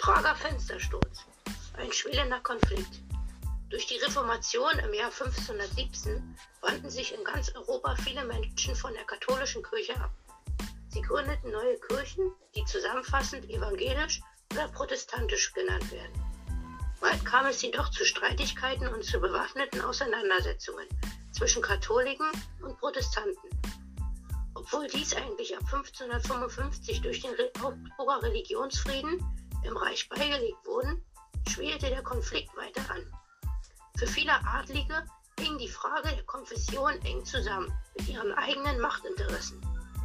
Prager Fenstersturz, ein schwelender Konflikt. Durch die Reformation im Jahr 1517 wandten sich in ganz Europa viele Menschen von der katholischen Kirche ab. Sie gründeten neue Kirchen, die zusammenfassend evangelisch oder protestantisch genannt werden. Bald kam es jedoch zu Streitigkeiten und zu bewaffneten Auseinandersetzungen zwischen Katholiken und Protestanten. Obwohl dies eigentlich ab 1555 durch den Augsburger Religionsfrieden im Reich beigelegt wurde, schwelte der Konflikt weiter an. Für viele Adlige hing die Frage der Konfession eng zusammen mit ihren eigenen Machtinteressen.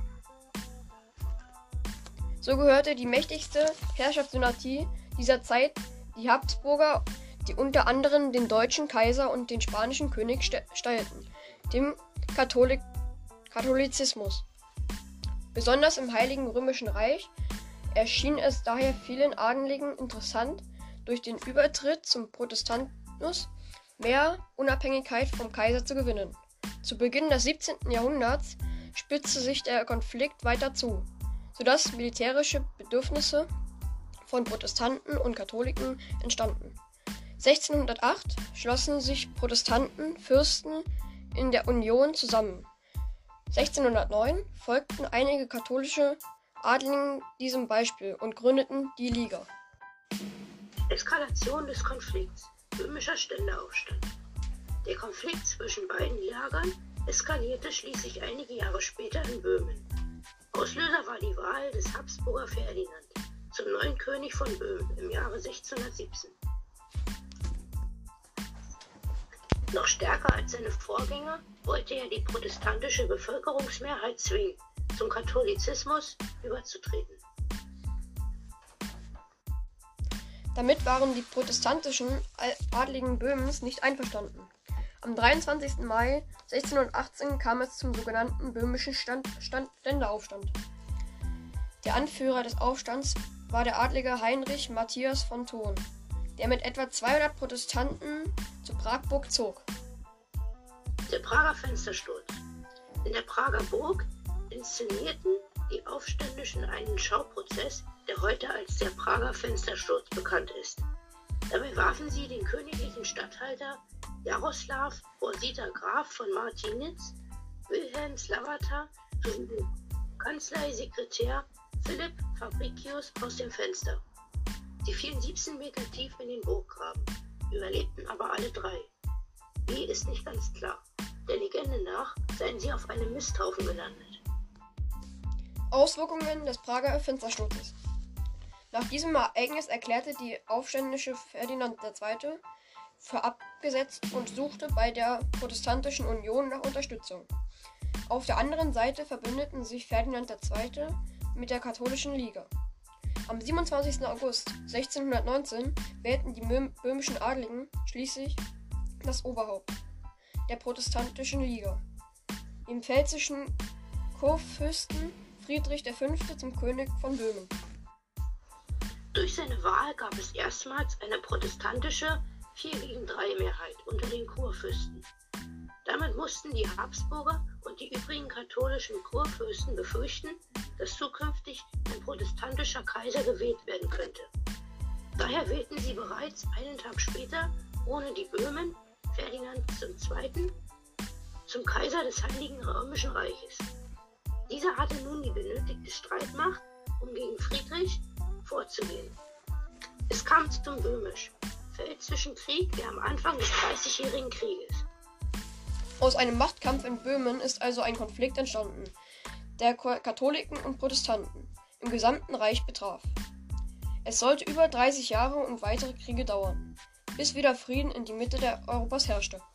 So gehörte die mächtigste Herrschaftsdynastie dieser Zeit, die Habsburger, die unter anderem den deutschen Kaiser und den spanischen König stellten, dem Katholizismus. Besonders im Heiligen Römischen Reich erschien es daher vielen Adeligen interessant, durch den Übertritt zum Protestantismus mehr Unabhängigkeit vom Kaiser zu gewinnen. Zu Beginn des 17. Jahrhunderts spitzte sich der Konflikt weiter zu, sodass militärische Bedürfnisse von Protestanten und Katholiken entstanden. 1608 schlossen sich Protestanten, Fürsten in der Union zusammen. 1609 folgten einige katholische Adeligen diesem Beispiel und gründeten die Liga. Eskalation des Konflikts, böhmischer Ständeaufstand. Der Konflikt zwischen beiden Lagern eskalierte schließlich einige Jahre später in Böhmen. Auslöser war die Wahl des Habsburger Ferdinand zum neuen König von Böhmen im Jahre 1617. Noch stärker als seine Vorgänger wollte er die protestantische Bevölkerungsmehrheit zwingen, zum Katholizismus überzutreten. Damit waren die protestantischen Adligen Böhmens nicht einverstanden. Am 23. Mai 1618 kam es zum sogenannten böhmischen Ständeaufstand. Der Anführer des Aufstands war der Adlige Heinrich Matthias von Thurn, der mit etwa 200 Protestanten zur Pragburg zog. Der Prager Fenstersturz. In der Prager Burg inszenierten die Aufständischen einen Schauprozess, der heute als der Prager Fenstersturz bekannt ist. Dabei warfen sie den königlichen Statthalter Jaroslav Borsita Graf von Martinitz, Wilhelm Slavata sowie den Kanzleisekretär Philipp Fabricius aus dem Fenster. Sie fielen 17 Meter tief in den Burggraben, überlebten aber alle 3. Wie ist nicht ganz klar. Der Legende nach seien sie auf einem Misthaufen gelandet. Auswirkungen des Prager Fenstersturzes. Nach diesem Ereignis erklärte die aufständische Ferdinand II. Für abgesetzt und suchte bei der Protestantischen Union nach Unterstützung. Auf der anderen Seite verbündeten sich Ferdinand II. Mit der Katholischen Liga. Am 27. August 1619 wählten die böhmischen Adligen schließlich das Oberhaupt der Protestantischen Liga, den pfälzischen Kurfürsten Friedrich V. zum König von Böhmen. Durch seine Wahl gab es erstmals eine protestantische 4-gegen-3 Mehrheit unter den Kurfürsten. Damit mussten die Habsburger und die übrigen katholischen Kurfürsten befürchten, dass zukünftig ein protestantischer Kaiser gewählt werden könnte. Daher wählten sie bereits einen Tag später ohne die Böhmen Ferdinand II. Zum Kaiser des Heiligen Römischen Reiches. Dieser hatte nun die benötigte Streitmacht, um gegen Friedrich vorzugehen. Es kam zum Böhmisch-Pfälzischen Krieg, der am Anfang des Dreißigjährigen Krieges. Aus einem Machtkampf in Böhmen ist also ein Konflikt entstanden, der Katholiken und Protestanten im gesamten Reich betraf. Es sollte über 30 Jahre und weitere Kriege dauern, bis wieder Frieden in die Mitte Europas herrschte.